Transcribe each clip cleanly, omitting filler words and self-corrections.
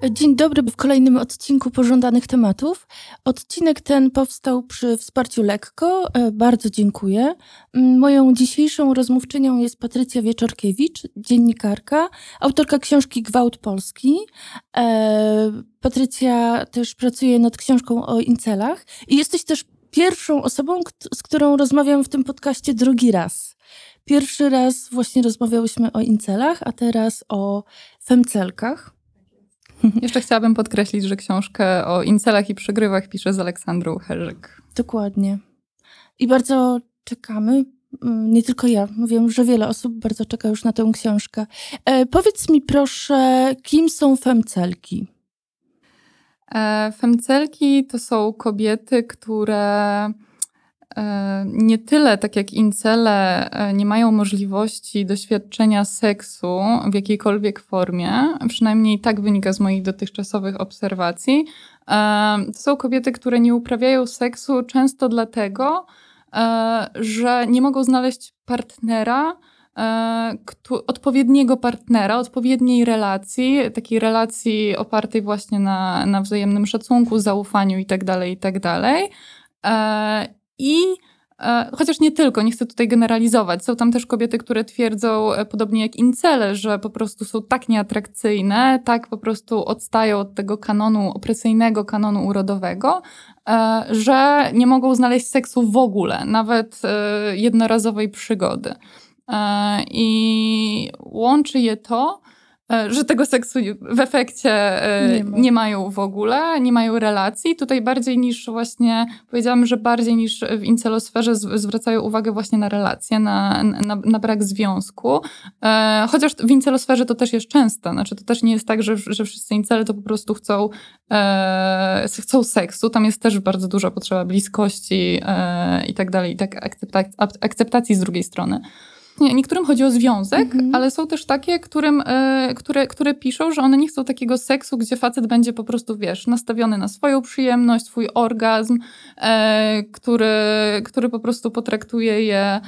Dzień dobry w kolejnym odcinku Pożądanych Tematów. Odcinek ten powstał przy wsparciu Lekko. Bardzo dziękuję. Moją dzisiejszą rozmówczynią jest Patrycja Wieczorkiewicz, dziennikarka, autorka książki Gwałt Polski. Patrycja też pracuje nad książką o incelach i jesteś też pierwszą osobą, z którą rozmawiam w tym podcaście drugi raz. Pierwszy raz właśnie rozmawiałyśmy o incelach, a teraz o femcelkach. Jeszcze chciałabym podkreślić, że książkę o incelach i przegrywach piszę z Aleksandrą Herzyk. Dokładnie. I bardzo czekamy, nie tylko ja, wiem, że wiele osób bardzo czeka już na tę książkę. Powiedz mi proszę, kim są femcelki? Femcelki to są kobiety, które nie tyle, tak jak incele, nie mają możliwości doświadczenia seksu w jakiejkolwiek formie, przynajmniej tak wynika z moich dotychczasowych obserwacji. To są kobiety, które nie uprawiają seksu często dlatego, że nie mogą znaleźć partnera, odpowiedniego partnera, odpowiedniej relacji, takiej relacji opartej właśnie na wzajemnym szacunku, zaufaniu itd. I chociaż nie tylko, nie chcę tutaj generalizować, są tam też kobiety, które twierdzą, podobnie jak incele, że po prostu są tak nieatrakcyjne, tak po prostu odstają od tego kanonu, opresyjnego kanonu urodowego, że nie mogą znaleźć seksu w ogóle, nawet jednorazowej przygody. I łączy je to, że tego seksu w efekcie nie mają w ogóle, nie mają relacji. Tutaj bardziej niż właśnie, powiedziałam, że bardziej niż w incelosferze zwracają uwagę właśnie na relacje, na brak związku. Chociaż w incelosferze to też jest często. Znaczy to też nie jest tak, że wszyscy incele to po prostu chcą seksu. Tam jest też bardzo duża potrzeba bliskości i tak dalej, i tak akceptacji z drugiej strony. Niektórym chodzi o związek, ale są też takie, które piszą, że one nie chcą takiego seksu, gdzie facet będzie po prostu, nastawiony na swoją przyjemność, swój orgazm, który po prostu potraktuje je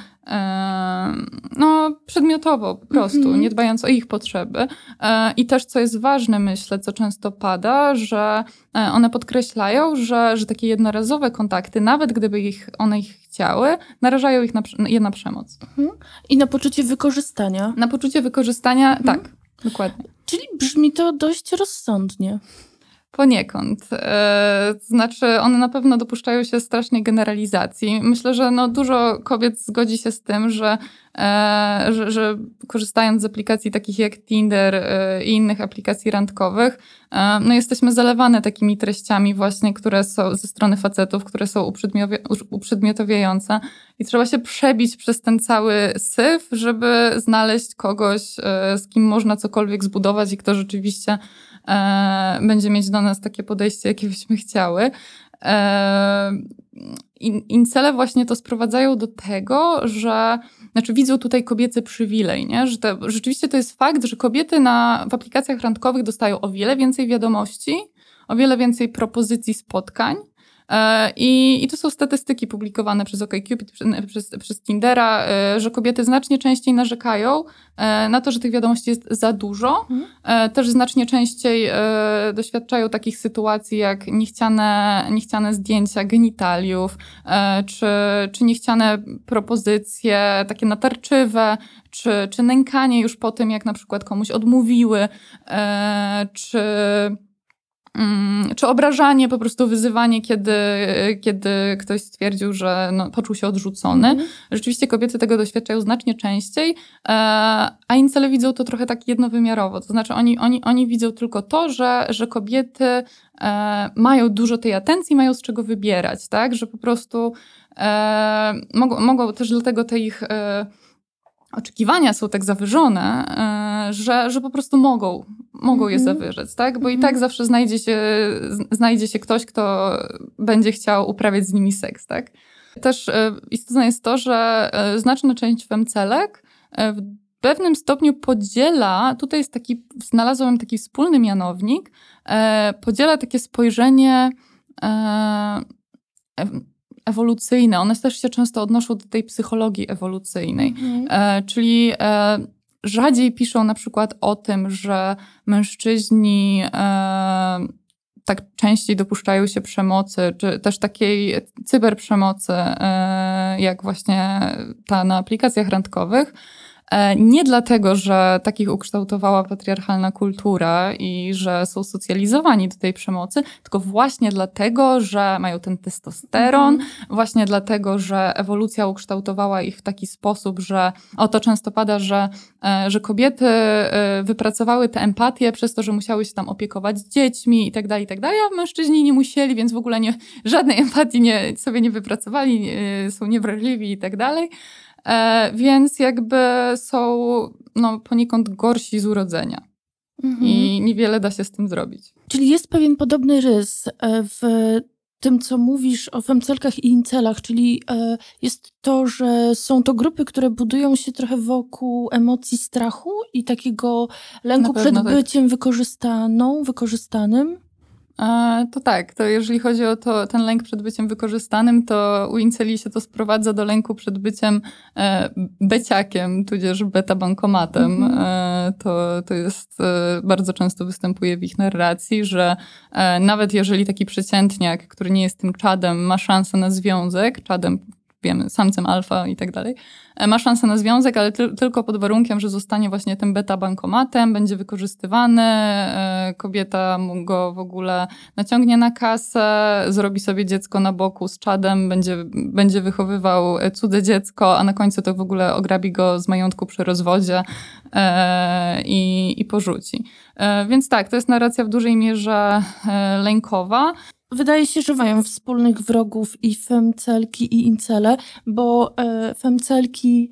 przedmiotowo po prostu, nie dbając o ich potrzeby. I też, co jest ważne, myślę, co często pada, że one podkreślają, że takie jednorazowe kontakty, nawet gdyby one ich chciały, narażają je na przemoc. I na poczucie wykorzystania. Na poczucie wykorzystania, tak, dokładnie. Czyli brzmi to dość rozsądnie. Poniekąd. Znaczy, one na pewno dopuszczają się strasznej generalizacji. Myślę, że dużo kobiet zgodzi się z tym, że korzystając z aplikacji takich jak Tinder i innych aplikacji randkowych, jesteśmy zalewane takimi treściami właśnie, które są ze strony facetów, które są uprzedmiotowiające i trzeba się przebić przez ten cały syf, żeby znaleźć kogoś, z kim można cokolwiek zbudować i kto rzeczywiście będzie mieć do nas takie podejście, jakie byśmy chciały. Incele właśnie to sprowadzają do tego, że widzą tutaj kobiecy przywilej, nie? Że rzeczywiście to jest fakt, że kobiety w aplikacjach randkowych dostają o wiele więcej wiadomości, o wiele więcej propozycji spotkań. I to są statystyki publikowane przez OkCupid, przez Tindera, że kobiety znacznie częściej narzekają na to, że tych wiadomości jest za dużo. Też znacznie częściej doświadczają takich sytuacji jak niechciane zdjęcia genitaliów, czy niechciane propozycje takie natarczywe, czy nękanie już po tym, jak na przykład komuś odmówiły, czy obrażanie, po prostu wyzywanie, kiedy ktoś stwierdził, że poczuł się odrzucony. Rzeczywiście kobiety tego doświadczają znacznie częściej, a incele widzą to trochę tak jednowymiarowo. To znaczy oni widzą tylko to, że kobiety mają dużo tej atencji, mają z czego wybierać, tak? Że po prostu mogą też dlatego te ich oczekiwania są tak zawyżone, że po prostu mogą je zawyżać, tak? Bo i tak zawsze znajdzie się ktoś, kto będzie chciał uprawiać z nimi seks, tak? Też istotne jest to, że znaczna część femcelek w pewnym stopniu podziela, tutaj znalazłam taki wspólny mianownik, podziela takie spojrzenie ewolucyjne. One też się często odnoszą do tej psychologii ewolucyjnej. Czyli rzadziej piszą na przykład o tym, że mężczyźni tak częściej dopuszczają się przemocy, czy też takiej cyberprzemocy, jak właśnie ta na aplikacjach randkowych. Nie dlatego, że takich ukształtowała patriarchalna kultura i że są socjalizowani do tej przemocy, tylko właśnie dlatego, że mają ten testosteron, właśnie dlatego, że ewolucja ukształtowała ich w taki sposób, że to często pada, że kobiety wypracowały tę empatię przez to, że musiały się tam opiekować dziećmi i tak dalej, a mężczyźni nie musieli, więc w ogóle żadnej empatii sobie nie wypracowali, są niewrażliwi i tak dalej. Więc jakby są poniekąd gorsi z urodzenia. I niewiele da się z tym zrobić. Czyli jest pewien podobny rys w tym, co mówisz o femcelkach i incelach, czyli jest to, że są to grupy, które budują się trochę wokół emocji strachu i takiego lęku przed byciem wykorzystanym. To tak, to jeżeli chodzi o ten lęk przed byciem wykorzystanym, to u inceli się to sprowadza do lęku przed byciem beciakiem, tudzież beta-bankomatem. To jest, bardzo często występuje w ich narracji, że nawet jeżeli taki przeciętniak, który nie jest tym czadem, ma szansę na związek, czadem wiemy, samcem alfa i tak dalej, ma szansę na związek, ale tylko pod warunkiem, że zostanie właśnie tym beta-bankomatem, będzie wykorzystywany, kobieta mu go w ogóle naciągnie na kasę, zrobi sobie dziecko na boku z czadem, będzie wychowywał cudze dziecko, a na końcu to w ogóle ograbi go z majątku przy rozwodzie i porzuci. Więc tak, to jest narracja w dużej mierze lękowa. Wydaje się, że mają wspólnych wrogów i femcelki, i incele, bo femcelki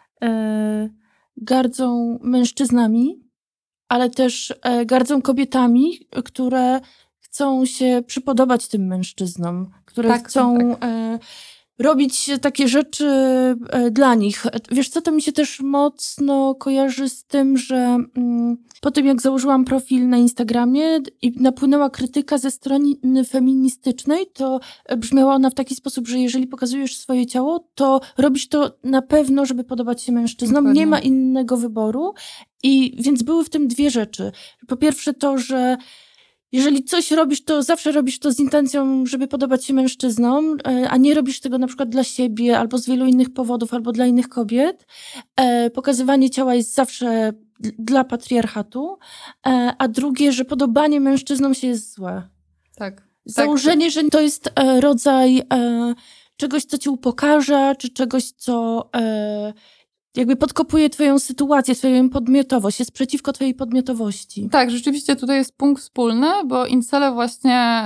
gardzą mężczyznami, ale też gardzą kobietami, które chcą się przypodobać tym mężczyznom, które chcą robić takie rzeczy dla nich. Wiesz co, to mi się też mocno kojarzy z tym, że po tym jak założyłam profil na Instagramie i napłynęła krytyka ze strony feministycznej, to brzmiała ona w taki sposób, że jeżeli pokazujesz swoje ciało, to robisz to na pewno, żeby podobać się mężczyznom. Dokładnie. Nie ma innego wyboru. I więc były w tym dwie rzeczy. Po pierwsze to, że jeżeli coś robisz, to zawsze robisz to z intencją, żeby podobać się mężczyznom, a nie robisz tego na przykład dla siebie, albo z wielu innych powodów, albo dla innych kobiet. Pokazywanie ciała jest zawsze dla patriarchatu. A drugie, że podobanie mężczyznom się jest złe. Tak. Założenie, że to jest rodzaj czegoś, co cię upokarza, czy czegoś, co jakby podkopuje twoją sytuację, twoją podmiotowość, jest przeciwko twojej podmiotowości. Tak, rzeczywiście tutaj jest punkt wspólny, bo incele właśnie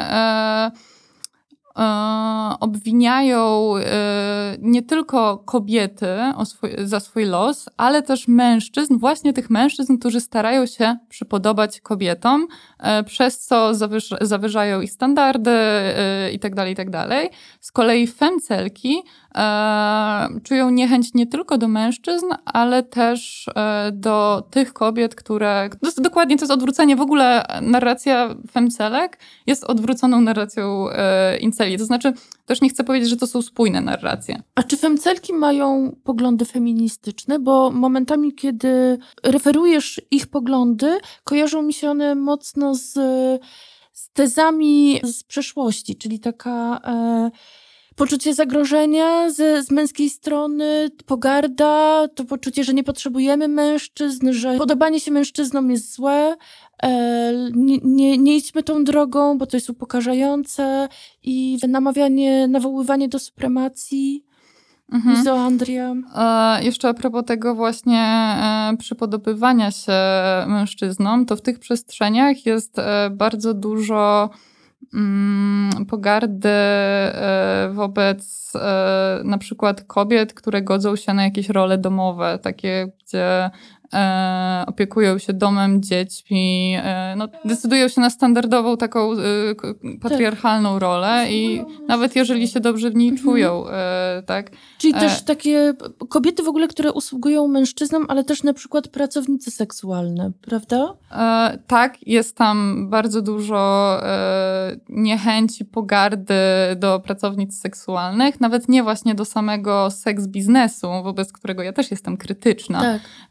obwiniają nie tylko kobiety za swój los, ale też mężczyzn, właśnie tych mężczyzn, którzy starają się przypodobać kobietom, przez co zawyżają ich standardy i tak dalej, i tak dalej. Z kolei femcelki czują niechęć nie tylko do mężczyzn, ale też do tych kobiet, które... Dokładnie, to jest odwrócenie. W ogóle narracja femcelek jest odwróconą narracją inceli. To znaczy, też nie chcę powiedzieć, że to są spójne narracje. A czy femcelki mają poglądy feministyczne? Bo momentami, kiedy referujesz ich poglądy, kojarzą mi się one mocno z tezami z przeszłości, czyli taka... poczucie zagrożenia z męskiej strony, pogarda, to poczucie, że nie potrzebujemy mężczyzn, że podobanie się mężczyznom jest złe, nie idźmy tą drogą, bo to jest upokarzające i nawoływanie do supremacji, mizoandria. Jeszcze a propos tego właśnie przypodobywania się mężczyznom, to w tych przestrzeniach jest bardzo dużo pogardy wobec na przykład kobiet, które godzą się na jakieś role domowe, takie, gdzie opiekują się domem, dziećmi, decydują się na standardową taką patriarchalną rolę i nawet jeżeli się dobrze w niej czują, tak? Czyli też takie kobiety w ogóle, które usługują mężczyznom, ale też na przykład pracownice seksualne, prawda? Tak, jest tam bardzo dużo niechęci, pogardy do pracownic seksualnych, nawet nie właśnie do samego seks biznesu, wobec którego ja też jestem krytyczna. Tak.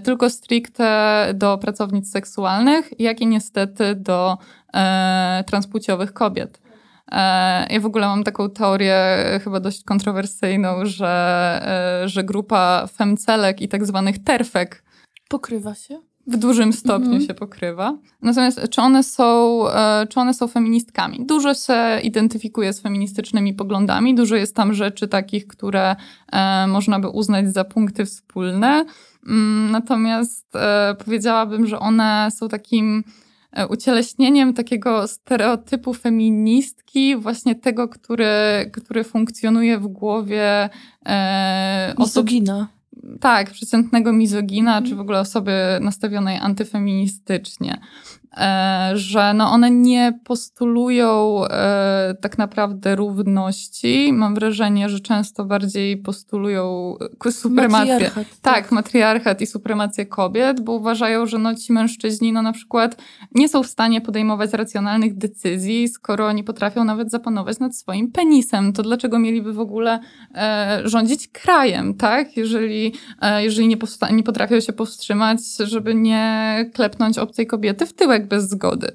tylko stricte do pracownic seksualnych, jak i niestety do transpłciowych kobiet. Ja w ogóle mam taką teorię chyba dość kontrowersyjną, że grupa femcelek i tak zwanych terfek Pokrywa się. w dużym stopniu się pokrywa. Natomiast czy one są feministkami? Dużo się identyfikuje z feministycznymi poglądami, dużo jest tam rzeczy takich, które można by uznać za punkty wspólne. Natomiast powiedziałabym, że one są takim ucieleśnieniem takiego stereotypu feministki, właśnie tego, który funkcjonuje w głowie osób. Mizogina. Tak, przeciętnego mizogina, czy w ogóle osoby nastawionej antyfeministycznie. Że no one nie postulują tak naprawdę równości. Mam wrażenie, że często bardziej postulują supremację. Matriarchat. Tak, matriarchat i supremację kobiet, bo uważają, że no ci mężczyźni na przykład nie są w stanie podejmować racjonalnych decyzji, skoro nie potrafią nawet zapanować nad swoim penisem. To dlaczego mieliby w ogóle rządzić krajem, tak? Jeżeli nie potrafią się powstrzymać, żeby nie klepnąć obcej kobiety w tyłek bez zgody.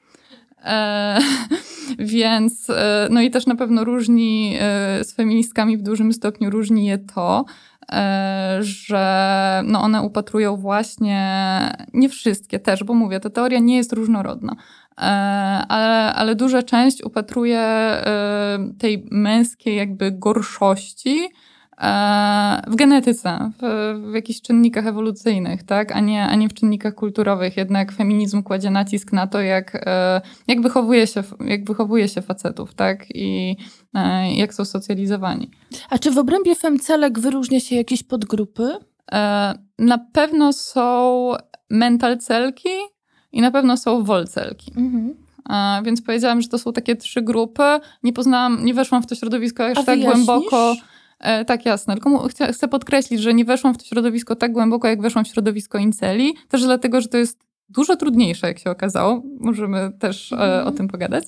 Więc, no i też na pewno różni z feministkami w dużym stopniu różni je to, że no one upatrują właśnie, nie wszystkie też, bo mówię, ta teoria nie jest różnorodna, ale duża część upatruje tej męskiej jakby gorszości w genetyce, w jakichś czynnikach ewolucyjnych, tak? A nie w czynnikach kulturowych. Jednak feminizm kładzie nacisk na to, jak wychowuje się facetów, tak? I jak są socjalizowani. A czy w obrębie femcelek wyróżnia się jakieś podgrupy? Na pewno są mentalcelki i na pewno są wolcelki. Więc powiedziałam, że to są takie 3 grupy. Nie weszłam w to środowisko aż tak głęboko. Tak, jasne. Tylko chcę podkreślić, że nie weszłam w to środowisko tak głęboko, jak weszłam w środowisko inceli. Też dlatego, że to jest dużo trudniejsze, jak się okazało. Możemy też o tym pogadać.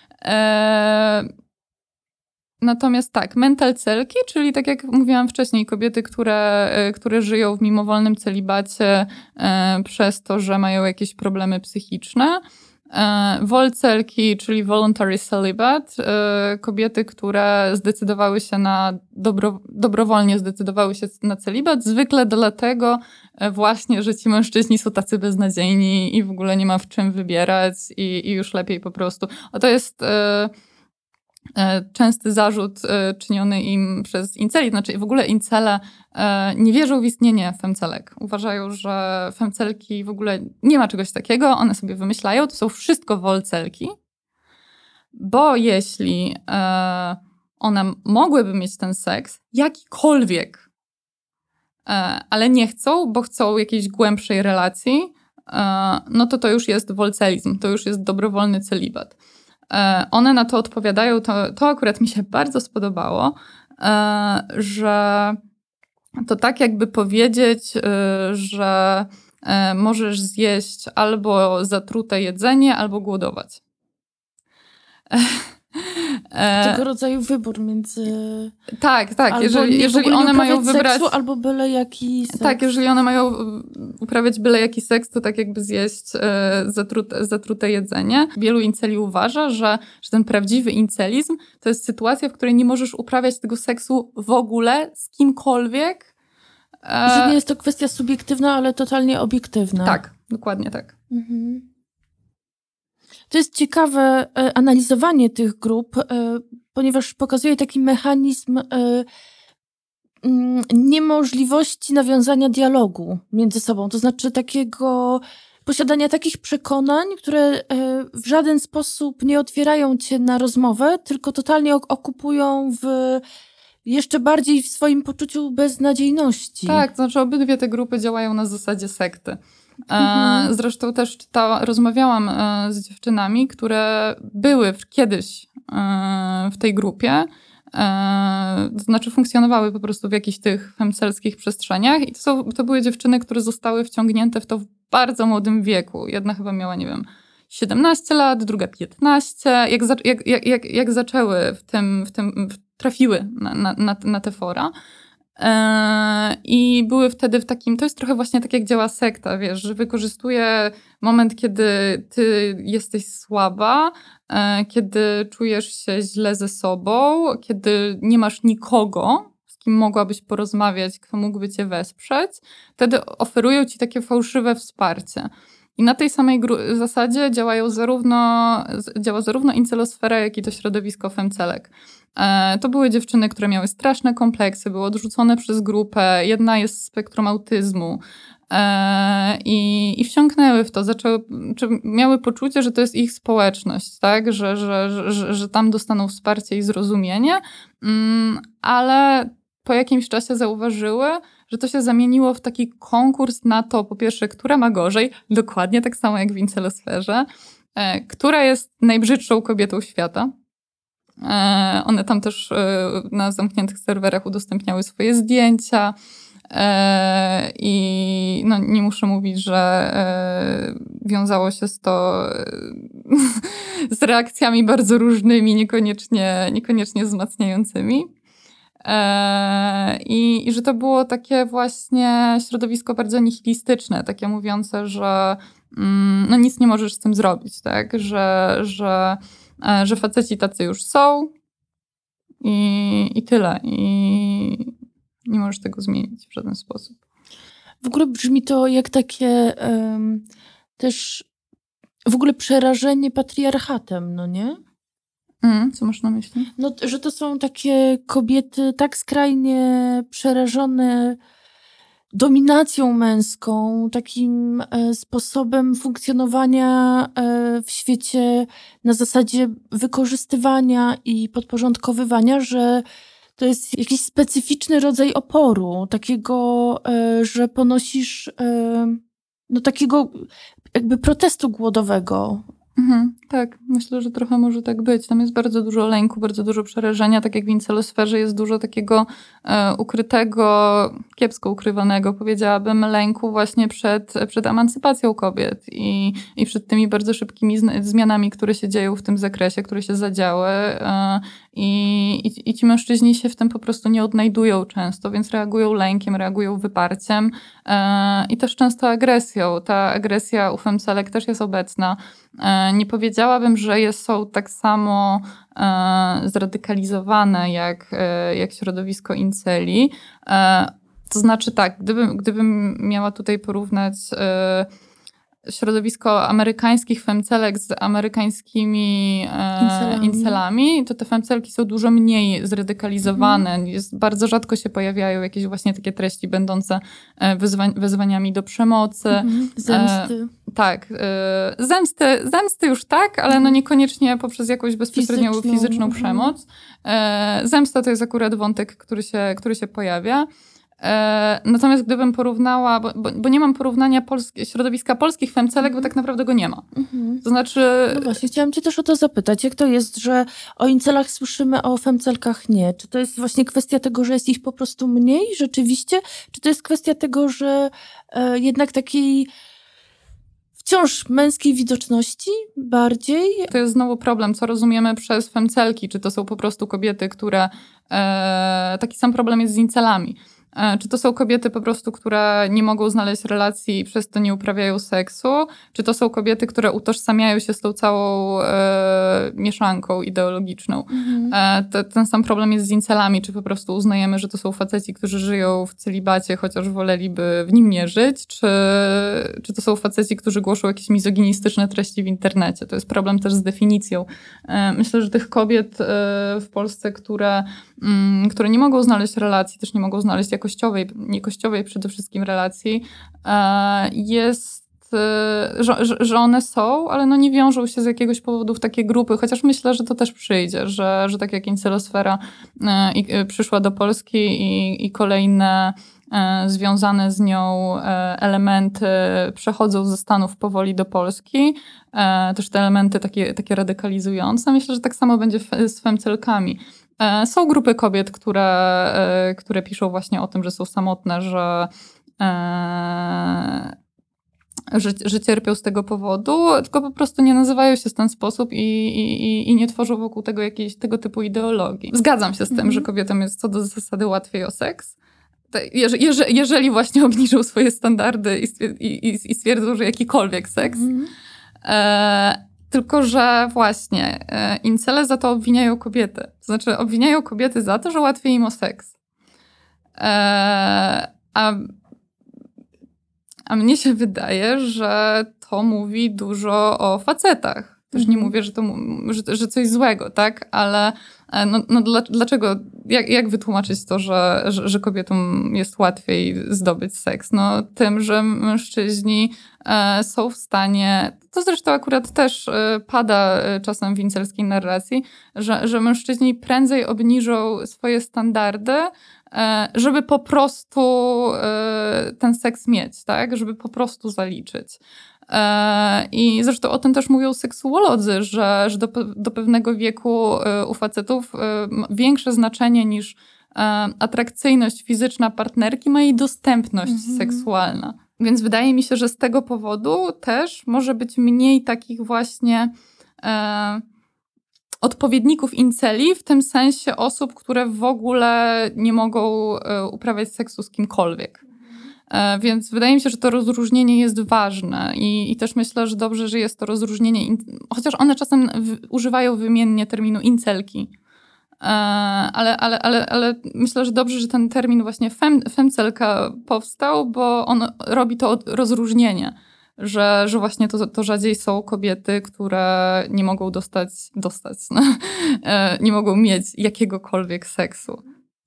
Natomiast tak, mentalcelki, czyli tak jak mówiłam wcześniej, kobiety, które żyją w mimowolnym celibacie przez to, że mają jakieś problemy psychiczne. Wolcelki, czyli voluntary celibate, kobiety, które zdecydowały się dobrowolnie zdecydowały się na celibat, zwykle dlatego właśnie, że ci mężczyźni są tacy beznadziejni i w ogóle nie ma w czym wybierać i już lepiej po prostu. To jest częsty zarzut czyniony im przez inceli. Znaczy w ogóle incele nie wierzą w istnienie femcelek. Uważają, że femcelki w ogóle nie ma czegoś takiego, one sobie wymyślają, to są wszystko wolcelki, bo jeśli one mogłyby mieć ten seks, jakikolwiek, ale nie chcą, bo chcą jakiejś głębszej relacji, no to już jest wolcelizm, to już jest dobrowolny celibat. One na to odpowiadają, to akurat mi się bardzo spodobało, że to tak jakby powiedzieć, że możesz zjeść albo zatrute jedzenie, albo głodować. Tego rodzaju wybór między... Tak. Albo jeżeli one mają wybrać... seksu, albo byle jaki seks. Tak, jeżeli one mają uprawiać byle jaki seks, to tak jakby zjeść zatrute jedzenie. Wielu inceli uważa, że ten prawdziwy incelizm to jest sytuacja, w której nie możesz uprawiać tego seksu w ogóle z kimkolwiek. Że nie jest to kwestia subiektywna, ale totalnie obiektywna. Tak, dokładnie tak. To jest ciekawe analizowanie tych grup, ponieważ pokazuje taki mechanizm niemożliwości nawiązania dialogu między sobą. To znaczy takiego posiadania takich przekonań, które w żaden sposób nie otwierają cię na rozmowę, tylko totalnie okupują jeszcze bardziej w swoim poczuciu beznadziejności. Tak, to znaczy obydwie te grupy działają na zasadzie sekty. Zresztą też rozmawiałam z dziewczynami, które były kiedyś w tej grupie, to znaczy funkcjonowały po prostu w jakichś tych femcelskich przestrzeniach i to były dziewczyny, które zostały wciągnięte w to w bardzo młodym wieku. Jedna chyba miała, nie wiem, 17 lat, druga 15. Jak zaczęły trafiły na te fora, I były wtedy w takim, to jest trochę właśnie tak jak działa sekta, wiesz, że wykorzystuje moment, kiedy ty jesteś słaba, kiedy czujesz się źle ze sobą, kiedy nie masz nikogo, z kim mogłabyś porozmawiać, kto mógłby cię wesprzeć, wtedy oferują ci takie fałszywe wsparcie. I na tej samej zasadzie działa zarówno incelosfera, jak i to środowisko femcelek. To były dziewczyny, które miały straszne kompleksy, były odrzucone przez grupę, jedna jest z spektrum autyzmu i wsiąknęły w to, miały poczucie, że to jest ich społeczność, tak? Że tam dostaną wsparcie i zrozumienie, ale po jakimś czasie zauważyły, że to się zamieniło w taki konkurs na to, po pierwsze, która ma gorzej, dokładnie tak samo jak w incelosferze, która jest najbrzydszą kobietą świata. One tam też na zamkniętych serwerach udostępniały swoje zdjęcia i no, nie muszę mówić, że wiązało się to z reakcjami bardzo różnymi, niekoniecznie wzmacniającymi. I że to było takie właśnie środowisko bardzo nihilistyczne, takie mówiące, że no nic nie możesz z tym zrobić, tak? Że faceci tacy już są i tyle. I nie możesz tego zmienić w żaden sposób. W ogóle brzmi to jak takie też w ogóle przerażenie patriarchatem, no nie? Co masz na myśli? No, że to są takie kobiety tak skrajnie przerażone dominacją męską, takim sposobem funkcjonowania w świecie na zasadzie wykorzystywania i podporządkowywania, że to jest jakiś specyficzny rodzaj oporu, takiego, że ponosisz no takiego jakby protestu głodowego. Tak, myślę, że trochę może tak być. Tam jest bardzo dużo lęku, bardzo dużo przerażenia, tak jak w incelosferze jest dużo takiego ukrytego, kiepsko ukrywanego, powiedziałabym, lęku właśnie przed emancypacją kobiet i przed tymi bardzo szybkimi zmianami, które się dzieją w tym zakresie, które się zadziały i ci mężczyźni się w tym po prostu nie odnajdują często, więc reagują lękiem, reagują wyparciem i też często agresją. Ta agresja u femcelek też jest obecna. Nie powiedziałabym, że są tak samo zradykalizowane jak środowisko inceli. To znaczy tak, gdybym miała tutaj porównać środowisko amerykańskich femcelek z amerykańskimi incelami, to te femcelki są dużo mniej zradykalizowane. Bardzo rzadko się pojawiają jakieś właśnie takie treści będące wezwaniami do przemocy. Zemsty. Tak. Zemsty już tak, ale no niekoniecznie poprzez jakąś bezpośrednią fizyczną przemoc. Zemsta to jest akurat wątek, który się pojawia. Natomiast gdybym porównała, bo nie mam porównania środowiska polskich femcelek, bo tak naprawdę go nie ma. To znaczy... No właśnie, chciałam cię też o to zapytać. Jak to jest, że o incelach słyszymy, a o femcelkach nie? Czy to jest właśnie kwestia tego, że jest ich po prostu mniej rzeczywiście? Czy to jest kwestia tego, że jednak takiej wciąż męskiej widoczności bardziej? To jest znowu problem, co rozumiemy przez femcelki. Czy to są po prostu kobiety, które... taki sam problem jest z incelami. Czy to są kobiety po prostu, które nie mogą znaleźć relacji i przez to nie uprawiają seksu? Czy to są kobiety, które utożsamiają się z tą całą mieszanką ideologiczną? Ten sam problem jest z incelami. Czy po prostu uznajemy, że to są faceci, którzy żyją w celibacie, chociaż woleliby w nim nie żyć? Czy to są faceci, którzy głoszą jakieś mizoginistyczne treści w internecie? To jest problem też z definicją. Myślę, że tych kobiet w Polsce, które nie mogą znaleźć relacji, też nie mogą znaleźć niekościowej przede wszystkim relacji, jest, że one są, ale no nie wiążą się z jakiegoś powodu w takie grupy, chociaż myślę, że to też przyjdzie, że tak jak incelosfera przyszła do Polski i kolejne związane z nią elementy przechodzą ze Stanów powoli do Polski, też te elementy takie radykalizujące. Myślę, że tak samo będzie z femcelkami. Są grupy kobiet, które piszą właśnie o tym, że są samotne, że cierpią z tego powodu, tylko po prostu nie nazywają się w ten sposób i nie tworzą wokół tego jakiejś tego typu ideologii. Zgadzam się z tym, że kobietom jest co do zasady łatwiej o seks, jeżeli właśnie obniżą swoje standardy i stwierdzą, że jakikolwiek seks. Tylko że właśnie incele za to obwiniają kobiety. To znaczy obwiniają kobiety za to, że łatwiej im o seks. A mnie się wydaje, że to mówi dużo o facetach. Też nie mówię, że coś złego, tak? Ale dlaczego, jak wytłumaczyć to, że kobietom jest łatwiej zdobyć seks? No tym, że mężczyźni są w stanie, to zresztą akurat też pada czasem w incelskiej narracji, że mężczyźni prędzej obniżą swoje standardy, żeby po prostu ten seks mieć, tak? Żeby po prostu zaliczyć. I zresztą o tym też mówią seksuolodzy, że do pewnego wieku u facetów większe znaczenie niż atrakcyjność fizyczna partnerki ma jej dostępność seksualna. Więc wydaje mi się, że z tego powodu też może być mniej takich właśnie odpowiedników inceli, w tym sensie osób, które w ogóle nie mogą uprawiać seksu z kimkolwiek. Więc wydaje mi się, że to rozróżnienie jest ważne i też myślę, że dobrze, że jest to rozróżnienie, chociaż one czasem używają wymiennie terminu incelki. Ale myślę, że dobrze, że ten termin właśnie femcelka powstał, bo on robi to rozróżnienie, że właśnie to rzadziej są kobiety, które nie mogą nie mogą mieć jakiegokolwiek seksu.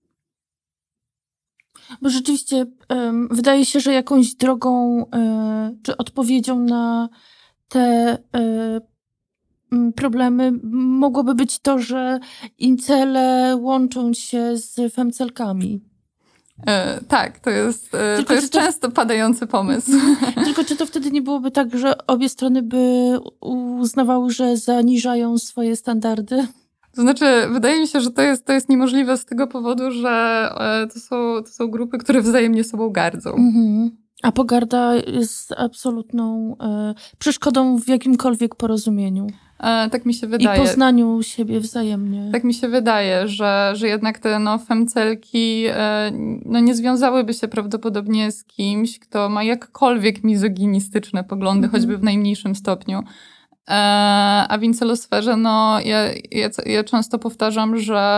Bo rzeczywiście wydaje się, że jakąś drogą czy odpowiedzią na te problemy mogłoby być to, że incele łączą się z femcelkami. Tak, to jest często padający pomysł. Tylko czy to wtedy nie byłoby tak, że obie strony by uznawały, że zaniżają swoje standardy? To znaczy, wydaje mi się, że to jest niemożliwe z tego powodu, że to są grupy, które wzajemnie sobą gardzą. A pogarda jest absolutną przeszkodą w jakimkolwiek porozumieniu. Tak mi się wydaje. I poznaniu siebie wzajemnie. Tak mi się wydaje, że jednak te femcelki nie związałyby się prawdopodobnie z kimś, kto ma jakkolwiek mizoginistyczne poglądy, choćby w najmniejszym stopniu. A w incelosferze, ja często powtarzam, że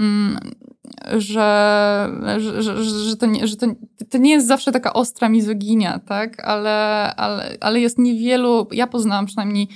to nie jest zawsze taka ostra mizoginia, tak? Ale jest niewielu, ja poznałam przynajmniej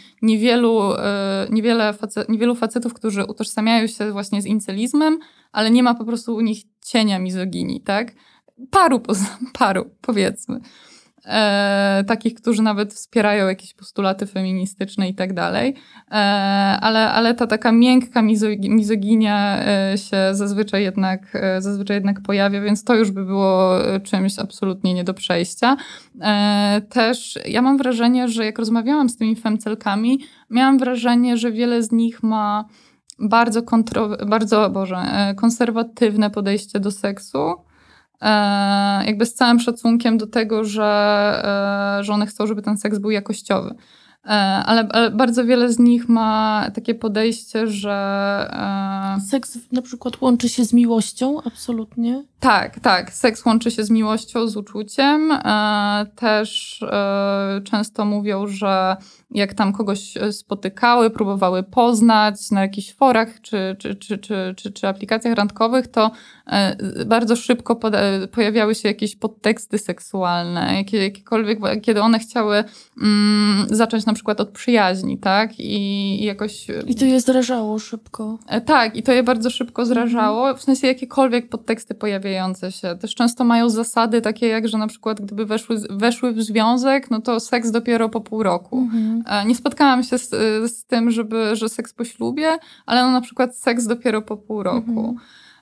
niewielu facetów, którzy utożsamiają się właśnie z incelizmem, ale nie ma po prostu u nich cienia mizoginii, tak? Paru powiedzmy. Takich, którzy nawet wspierają jakieś postulaty feministyczne i tak dalej. Ale ta taka miękka mizoginia się zazwyczaj jednak pojawia, więc to już by było czymś absolutnie nie do przejścia. Też ja mam wrażenie, że jak rozmawiałam z tymi femcelkami, miałam wrażenie, że wiele z nich ma bardzo konserwatywne podejście do seksu. Jakby z całym szacunkiem do tego, że one chcą, żeby ten seks był jakościowy. Ale bardzo wiele z nich ma takie podejście, że... Seks na przykład łączy się z miłością, absolutnie. Tak. Seks łączy się z miłością, z uczuciem. Też często mówią, że jak tam kogoś spotykały, próbowały poznać na jakichś forach czy aplikacjach randkowych, to bardzo szybko pojawiały się jakieś podteksty seksualne, jakiekolwiek, kiedy one chciały zacząć na przykład od przyjaźni, tak? I jakoś... I to je zrażało szybko. Tak, i to je bardzo szybko zrażało, w sensie jakiekolwiek podteksty pojawiające się. Też często mają zasady takie jak, że na przykład gdyby weszły w związek, no to seks dopiero po pół roku. Nie spotkałam się z tym, że seks po ślubie, ale na przykład seks dopiero po pół roku.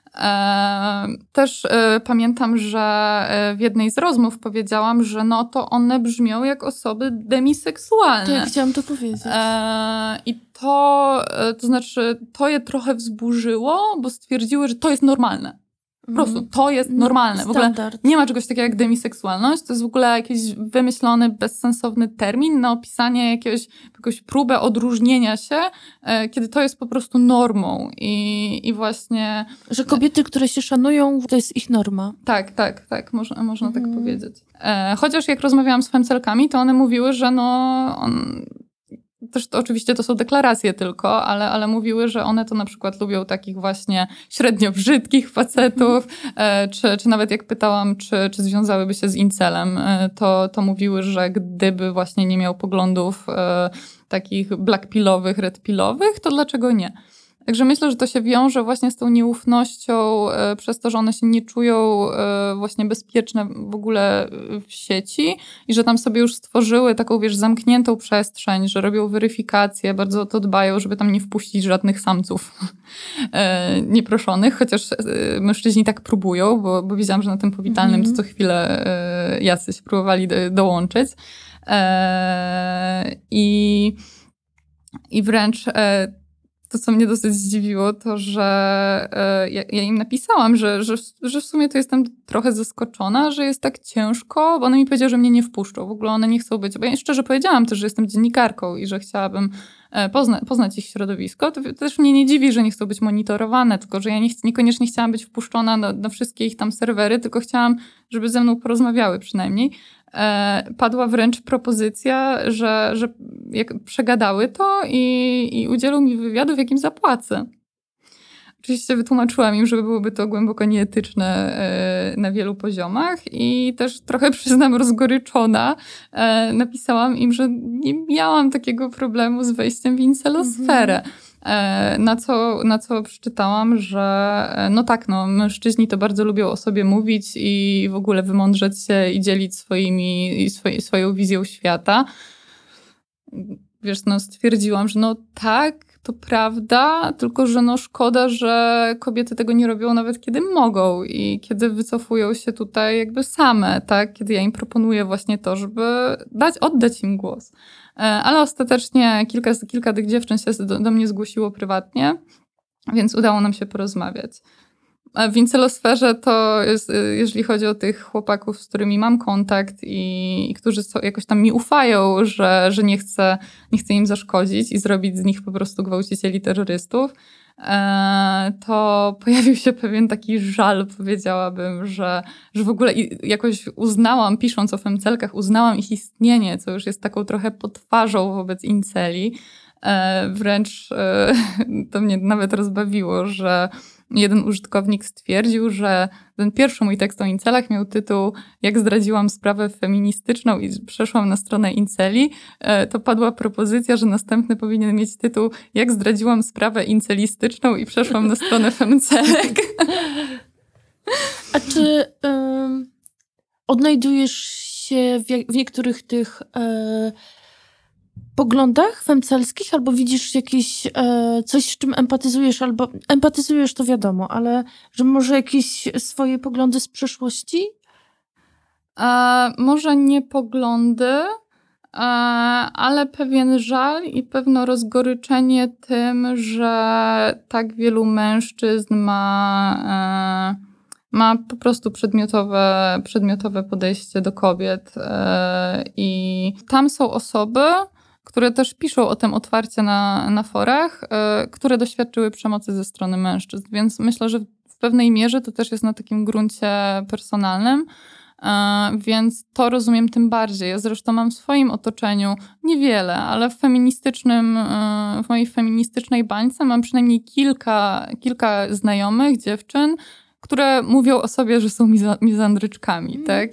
Też pamiętam, że w jednej z rozmów powiedziałam, że to one brzmią jak osoby demiseksualne. Tak, chciałam to powiedzieć. I to znaczy, to je trochę wzburzyło, bo stwierdziły, że to jest normalne. Po prostu to jest normalne. W ogóle Standard. nie ma czegoś takiego jak demiseksualność. To jest w ogóle jakiś wymyślony, bezsensowny termin na opisanie jakąś próbę odróżnienia się, kiedy to jest po prostu normą. I właśnie... Że kobiety, które się szanują, to jest ich norma. Tak. Można tak powiedzieć. Chociaż jak rozmawiałam z femcelkami, to one mówiły, że też to oczywiście to są deklaracje tylko, ale mówiły, że one to na przykład lubią takich właśnie średnio brzydkich facetów, czy nawet jak pytałam, czy związałyby się z incelem, to mówiły, że gdyby właśnie nie miał poglądów takich blackpillowych, redpillowych, to dlaczego nie? Także myślę, że to się wiąże właśnie z tą nieufnością, przez to, że one się nie czują właśnie bezpieczne w ogóle w sieci i że tam sobie już stworzyły taką, zamkniętą przestrzeń, że robią weryfikację, bardzo o to dbają, żeby tam nie wpuścić żadnych samców nieproszonych, chociaż mężczyźni tak próbują, bo widziałam, że na tym powitalnym to co chwilę jacyś próbowali dołączyć. I wręcz... To, co mnie dosyć zdziwiło, to, że ja im napisałam, że w sumie to jestem trochę zaskoczona, że jest tak ciężko, bo one mi powiedziały, że mnie nie wpuszczą. W ogóle one nie chcą być. Bo ja szczerze powiedziałam też, że jestem dziennikarką i że chciałabym poznać ich środowisko. To też mnie nie dziwi, że nie chcą być monitorowane, tylko że ja niekoniecznie chciałam być wpuszczona na wszystkie ich tam serwery, tylko chciałam, żeby ze mną porozmawiały przynajmniej. Padła wręcz propozycja, że jak przegadały to i udzielą mi wywiadu, w jakim zapłacę. Oczywiście wytłumaczyłam im, że byłoby to głęboko nieetyczne na wielu poziomach i też trochę, przyznam, rozgoryczona napisałam im, że nie miałam takiego problemu z wejściem w incelosferę. Na co przeczytałam, że mężczyźni to bardzo lubią o sobie mówić i w ogóle wymądrzeć się i dzielić swoją wizją świata. Stwierdziłam, że tak, to prawda, tylko że szkoda, że kobiety tego nie robią nawet kiedy mogą i kiedy wycofują się tutaj jakby same, tak? Kiedy ja im proponuję właśnie to, żeby oddać im głos. Ale ostatecznie kilka tych dziewczyn się do mnie zgłosiło prywatnie, więc udało nam się porozmawiać. W incelosferze to jest, jeżeli chodzi o tych chłopaków, z którymi mam kontakt i którzy jakoś tam mi ufają, że nie chcę im zaszkodzić i zrobić z nich po prostu gwałcicieli, terrorystów, to pojawił się pewien taki żal, powiedziałabym, że w ogóle jakoś uznałam, pisząc o femcelkach, uznałam ich istnienie, co już jest taką trochę potwarzą wobec inceli. Wręcz to mnie nawet rozbawiło, że jeden użytkownik stwierdził, że ten pierwszy mój tekst o incelach miał tytuł "Jak zdradziłam sprawę feministyczną i przeszłam na stronę inceli", to padła propozycja, że następny powinien mieć tytuł "Jak zdradziłam sprawę incelistyczną i przeszłam na stronę femcelek". A czy odnajdujesz się w niektórych tych poglądach femcelskich, albo widzisz jakieś coś, z czym empatyzujesz, albo empatyzujesz, to wiadomo, ale że może jakieś swoje poglądy z przeszłości? Może nie poglądy, ale pewien żal i pewne rozgoryczenie tym, że tak wielu mężczyzn ma po prostu przedmiotowe podejście do kobiet. I tam są osoby, które też piszą o tym otwarcie na forach, które doświadczyły przemocy ze strony mężczyzn. Więc myślę, że w pewnej mierze to też jest na takim gruncie personalnym, więc to rozumiem tym bardziej. Ja zresztą mam w swoim otoczeniu niewiele, ale w mojej feministycznej bańce mam przynajmniej kilka znajomych, dziewczyn, które mówią o sobie, że są mizandryczkami, tak?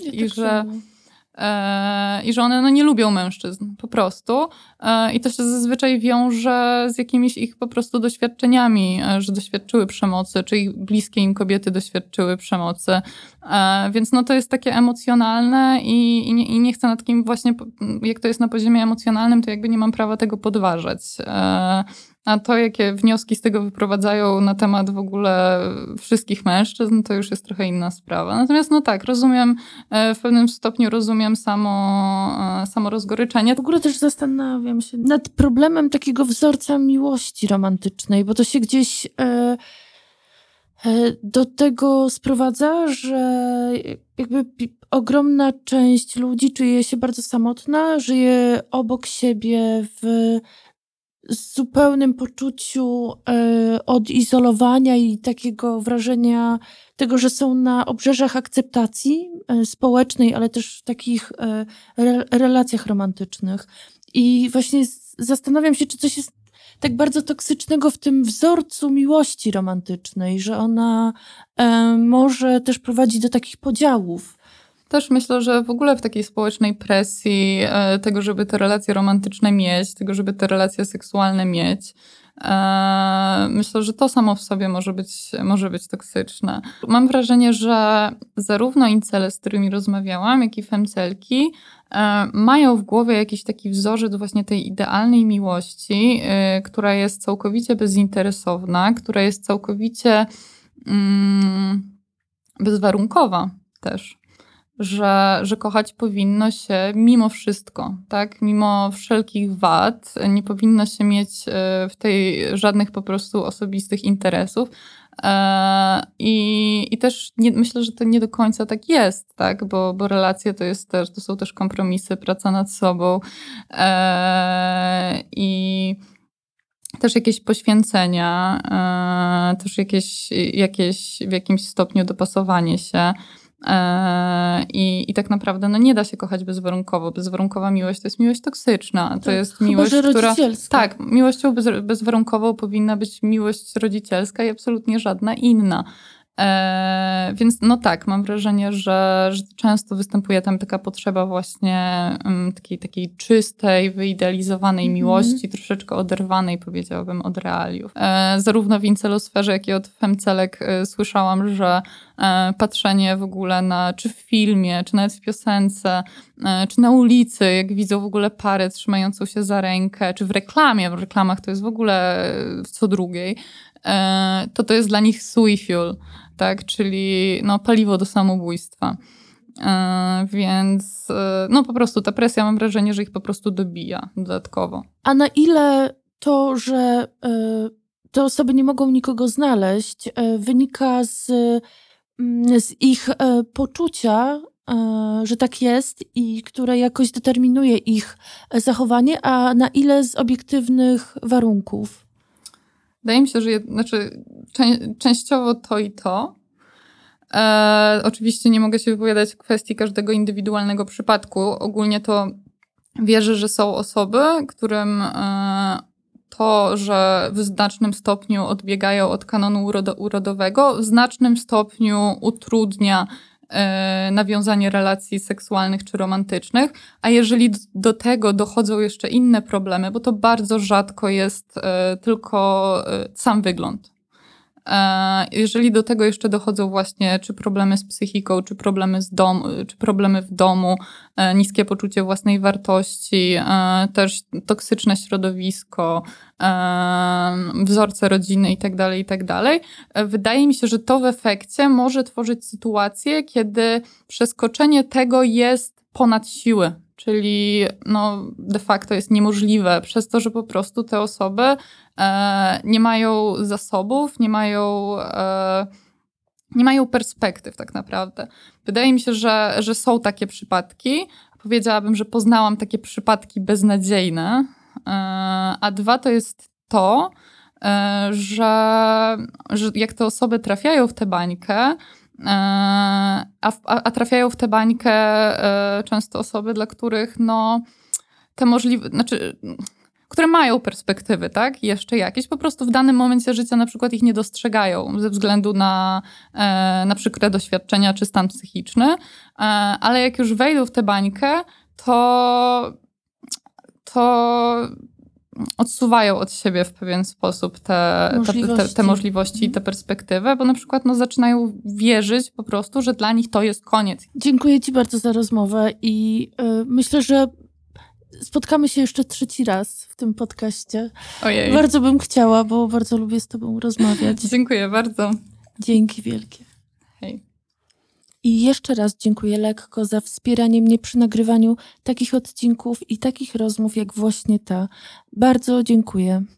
I że one nie lubią mężczyzn, po prostu. I to się zazwyczaj wiąże z jakimiś ich po prostu doświadczeniami, że doświadczyły przemocy, czy ich bliskie im kobiety doświadczyły przemocy. Więc to jest takie emocjonalne i nie chcę na takim właśnie, jak to jest na poziomie emocjonalnym, to jakby nie mam prawa tego podważać. A to, jakie wnioski z tego wyprowadzają na temat w ogóle wszystkich mężczyzn, to już jest trochę inna sprawa. Natomiast rozumiem, w pewnym stopniu rozumiem samo rozgoryczenie. W ogóle też zastanawiam się nad problemem takiego wzorca miłości romantycznej, bo to się gdzieś Do tego sprowadza, że jakby ogromna część ludzi czuje się bardzo samotna, żyje obok siebie w zupełnym poczuciu odizolowania i takiego wrażenia tego, że są na obrzeżach akceptacji społecznej, ale też w takich relacjach romantycznych. I właśnie zastanawiam się, czy coś jest tak bardzo toksycznego w tym wzorcu miłości romantycznej, że ona może też prowadzić do takich podziałów. Też myślę, że w ogóle w takiej społecznej presji tego, żeby te relacje romantyczne mieć, tego, żeby te relacje seksualne mieć, myślę, że to samo w sobie może być toksyczne. Mam wrażenie, że zarówno incele, z którymi rozmawiałam, jak i femcelki mają w głowie jakiś taki wzorzec właśnie tej idealnej miłości, która jest całkowicie bezinteresowna, która jest całkowicie bezwarunkowa też. Że kochać powinno się mimo wszystko, tak? Mimo wszelkich wad. Nie powinno się mieć w tej żadnych po prostu osobistych interesów. I też myślę, że to nie do końca tak jest, tak? Bo relacje to są też kompromisy, praca nad sobą i też jakieś poświęcenia, też jakieś w jakimś stopniu dopasowanie się. I tak naprawdę nie da się kochać bezwarunkowo. Bezwarunkowa miłość to jest miłość toksyczna. To jest miłość, która... Tak, miłością bezwarunkową powinna być miłość rodzicielska i absolutnie żadna inna. Więc tak, mam wrażenie, że często występuje tam taka potrzeba właśnie takiej czystej, wyidealizowanej miłości, troszeczkę oderwanej, powiedziałabym, od realiów. Zarówno w incelosferze, jak i od femcelek słyszałam, że patrzenie w ogóle czy w filmie, czy nawet w piosence, czy na ulicy, jak widzą w ogóle parę trzymającą się za rękę, czy w reklamach to jest w ogóle co drugiej, to jest dla nich sui fuel, tak? Czyli paliwo do samobójstwa. Więc po prostu ta presja, mam wrażenie, że ich po prostu dobija dodatkowo. A na ile to, że te osoby nie mogą nikogo znaleźć, wynika z ich poczucia, że tak jest i które jakoś determinuje ich zachowanie, a na ile z obiektywnych warunków? Wydaje mi się, że częściowo to i to. Oczywiście nie mogę się wypowiadać w kwestii każdego indywidualnego przypadku. Ogólnie to wierzę, że są osoby, którym to, że w znacznym stopniu odbiegają od kanonu urodowego, w znacznym stopniu utrudnia nawiązanie relacji seksualnych czy romantycznych, a jeżeli do tego dochodzą jeszcze inne problemy, bo to bardzo rzadko jest tylko sam wygląd. Jeżeli do tego jeszcze dochodzą właśnie czy problemy z psychiką, czy problemy w domu, niskie poczucie własnej wartości, też toksyczne środowisko, wzorce rodziny itd., wydaje mi się, że to w efekcie może tworzyć sytuację, kiedy przeskoczenie tego jest ponad siły. Czyli de facto jest niemożliwe przez to, że po prostu te osoby nie mają zasobów, nie mają perspektyw tak naprawdę. Wydaje mi się, że są takie przypadki. Powiedziałabym, że poznałam takie przypadki beznadziejne. A dwa to jest to, że jak te osoby trafiają w tę bańkę, a trafiają w tę bańkę często osoby, dla których które mają perspektywy, tak? Jeszcze jakieś. Po prostu w danym momencie życia na przykład ich nie dostrzegają ze względu na przykre doświadczenia czy stan psychiczny. Ale jak już wejdą w tę bańkę, to odsuwają od siebie w pewien sposób te możliwości i te perspektywy, bo na przykład zaczynają wierzyć po prostu, że dla nich to jest koniec. Dziękuję Ci bardzo za rozmowę i myślę, że spotkamy się jeszcze 3. raz w tym podcaście. Ojej. Bardzo bym chciała, bo bardzo lubię z Tobą rozmawiać. Dziękuję bardzo. Dzięki wielkie. Hej. I jeszcze raz dziękuję Lekko za wspieranie mnie przy nagrywaniu takich odcinków i takich rozmów jak właśnie ta. Bardzo dziękuję.